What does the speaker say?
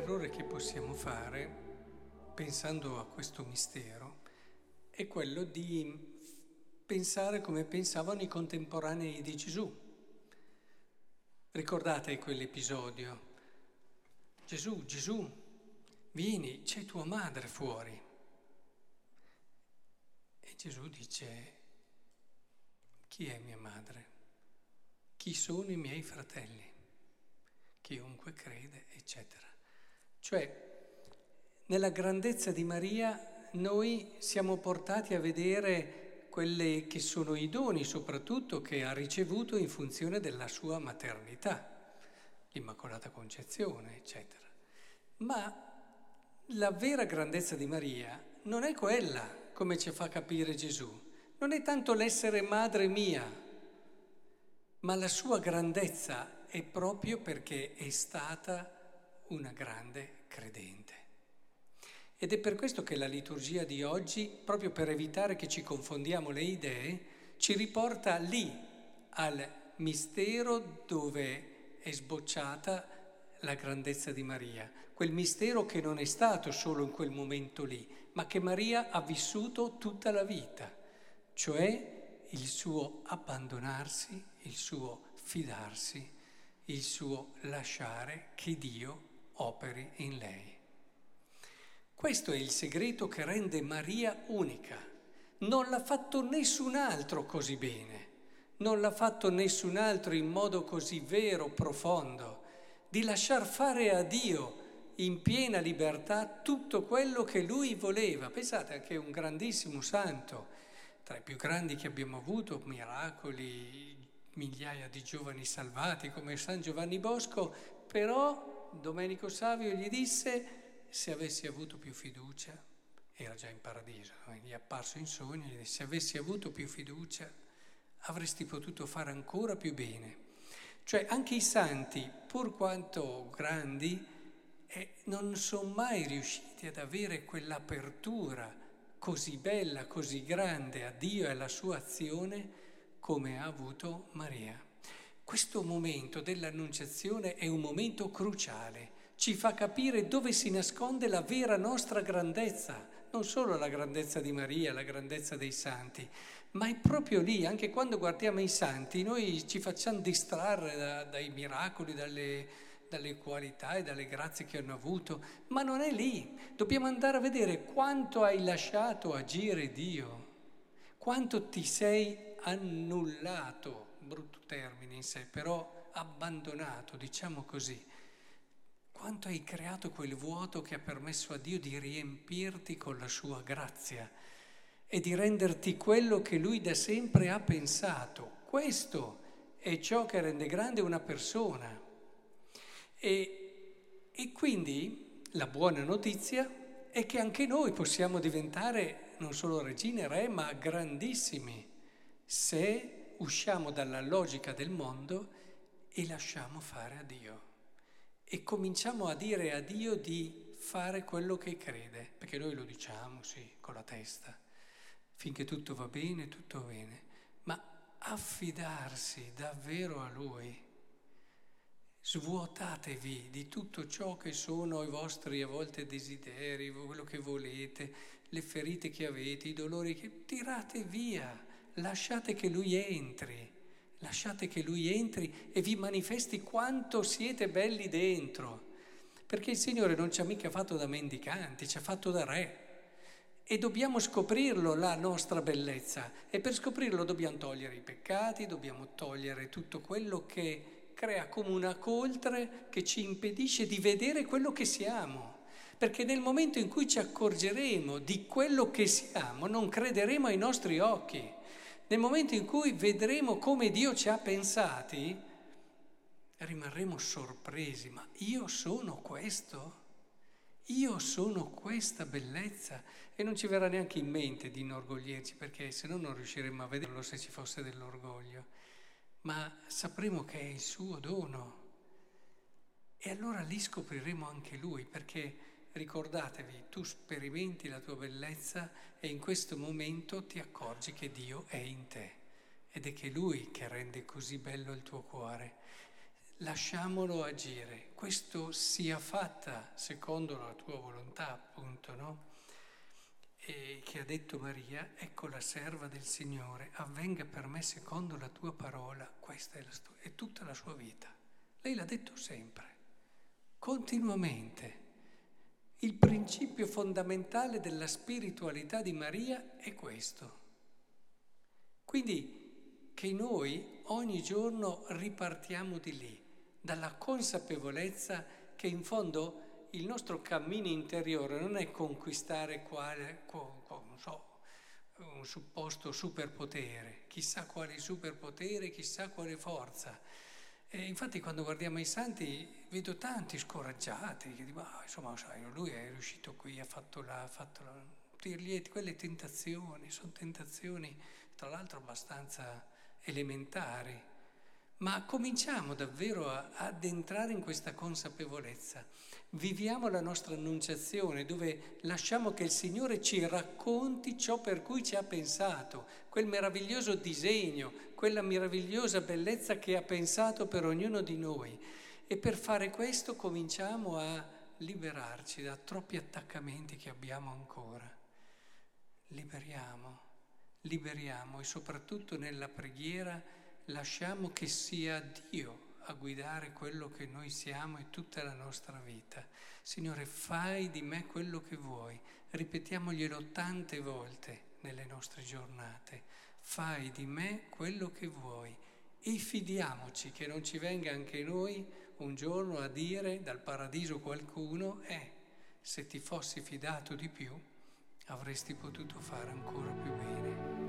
l'errore che possiamo fare, pensando a questo mistero, è quello di pensare come pensavano i contemporanei di Gesù. Ricordate quell'episodio? Gesù, Gesù, vieni, c'è tua madre fuori. E Gesù dice, chi è mia madre? Chi sono i miei fratelli? Chiunque crede, eccetera. Cioè, nella grandezza di Maria noi siamo portati a vedere quelli che sono i doni, soprattutto che ha ricevuto in funzione della sua maternità, l'Immacolata Concezione, eccetera. Ma la vera grandezza di Maria non è quella, come ci fa capire Gesù, non è tanto l'essere madre mia, ma la sua grandezza è proprio perché è stata una grande credente. Ed è per questo che la liturgia di oggi, proprio per evitare che ci confondiamo le idee, ci riporta lì, al mistero dove è sbocciata la grandezza di Maria. Quel mistero che non è stato solo in quel momento lì, ma che Maria ha vissuto tutta la vita, cioè il suo abbandonarsi, il suo fidarsi, il suo lasciare che Dio operi in lei. Questo è il segreto che rende Maria unica. Non l'ha fatto nessun altro così bene, non l'ha fatto nessun altro in modo così vero, profondo, di lasciar fare a Dio in piena libertà tutto quello che Lui voleva. Pensate anche un grandissimo santo, tra i più grandi che abbiamo avuto, miracoli, migliaia di giovani salvati come San Giovanni Bosco, però Domenico Savio gli disse, se avessi avuto più fiducia, era già in paradiso, gli è apparso in sogno, gli disse, se avessi avuto più fiducia avresti potuto fare ancora più bene. Cioè anche i santi, pur quanto grandi, non sono mai riusciti ad avere quell'apertura così bella, così grande a Dio e alla sua azione come ha avuto Maria. Questo momento dell'Annunciazione è un momento cruciale, ci fa capire dove si nasconde la vera nostra grandezza, non solo la grandezza di Maria, la grandezza dei santi, ma è proprio lì, anche quando guardiamo i santi, noi ci facciamo distrarre dai miracoli, dalle qualità e dalle grazie che hanno avuto, ma non è lì. Dobbiamo andare a vedere quanto hai lasciato agire Dio, quanto ti sei annullato, brutto termine in sé, però abbandonato, diciamo così. Quanto hai creato quel vuoto che ha permesso a Dio di riempirti con la sua grazia e di renderti quello che Lui da sempre ha pensato. Questo è ciò che rende grande una persona. E quindi la buona notizia è che anche noi possiamo diventare non solo regine e re, ma grandissimi, se usciamo dalla logica del mondo e lasciamo fare a Dio. E cominciamo a dire a Dio di fare quello che crede, perché noi lo diciamo, sì, con la testa, finché tutto va bene, ma affidarsi davvero a Lui. Svuotatevi di tutto ciò che sono i vostri a volte desideri, quello che volete, le ferite che avete, i dolori che tirate via, lasciate che Lui entri. Lasciate che Lui entri e vi manifesti quanto siete belli dentro, perché il Signore non ci ha mica fatto da mendicanti, ci ha fatto da re e dobbiamo scoprirlo la nostra bellezza e per scoprirlo dobbiamo togliere i peccati, dobbiamo togliere tutto quello che crea come una coltre che ci impedisce di vedere quello che siamo, perché nel momento in cui ci accorgeremo di quello che siamo non crederemo ai nostri occhi. Nel momento in cui vedremo come Dio ci ha pensati, rimarremo sorpresi, ma io sono questo? Io sono questa bellezza? E non ci verrà neanche in mente di inorgoglirci, perché se no non riusciremmo a vederlo se ci fosse dell'orgoglio, ma sapremo che è il suo dono. E allora lì scopriremo anche Lui, perché ricordatevi, tu sperimenti la tua bellezza e in questo momento ti accorgi che Dio è in te ed è che Lui che rende così bello il tuo cuore. Lasciamolo agire. questo sia fatta secondo la tua volontà, appunto, no? E che ha detto Maria, ecco la serva del Signore, avvenga per me secondo la tua parola. Questa è tutta la sua vita. Lei l'ha detto sempre, continuamente. Il principio fondamentale della spiritualità di Maria è questo. Quindi che noi ogni giorno ripartiamo di lì, dalla consapevolezza che in fondo il nostro cammino interiore non è conquistare non so, un supposto superpotere, chissà quale superpotere, chissà quale forza. E infatti quando guardiamo i santi vedo tanti scoraggiati che dicono, insomma, sai, lui è riuscito qui, ha fatto là, quelle tentazioni, sono tentazioni tra l'altro abbastanza elementari. Ma cominciamo davvero ad entrare in questa consapevolezza. Viviamo la nostra annunciazione dove lasciamo che il Signore ci racconti ciò per cui ci ha pensato, quel meraviglioso disegno, quella meravigliosa bellezza che ha pensato per ognuno di noi. E per fare questo cominciamo a liberarci da troppi attaccamenti che abbiamo ancora. Liberiamo e soprattutto nella preghiera lasciamo che sia Dio a guidare quello che noi siamo e tutta la nostra vita. Signore, fai di me quello che vuoi. Ripetiamoglielo tante volte nelle nostre giornate. Fai di me quello che vuoi. E fidiamoci che non ci venga anche noi un giorno a dire dal paradiso qualcuno, se ti fossi fidato di più, avresti potuto fare ancora più bene.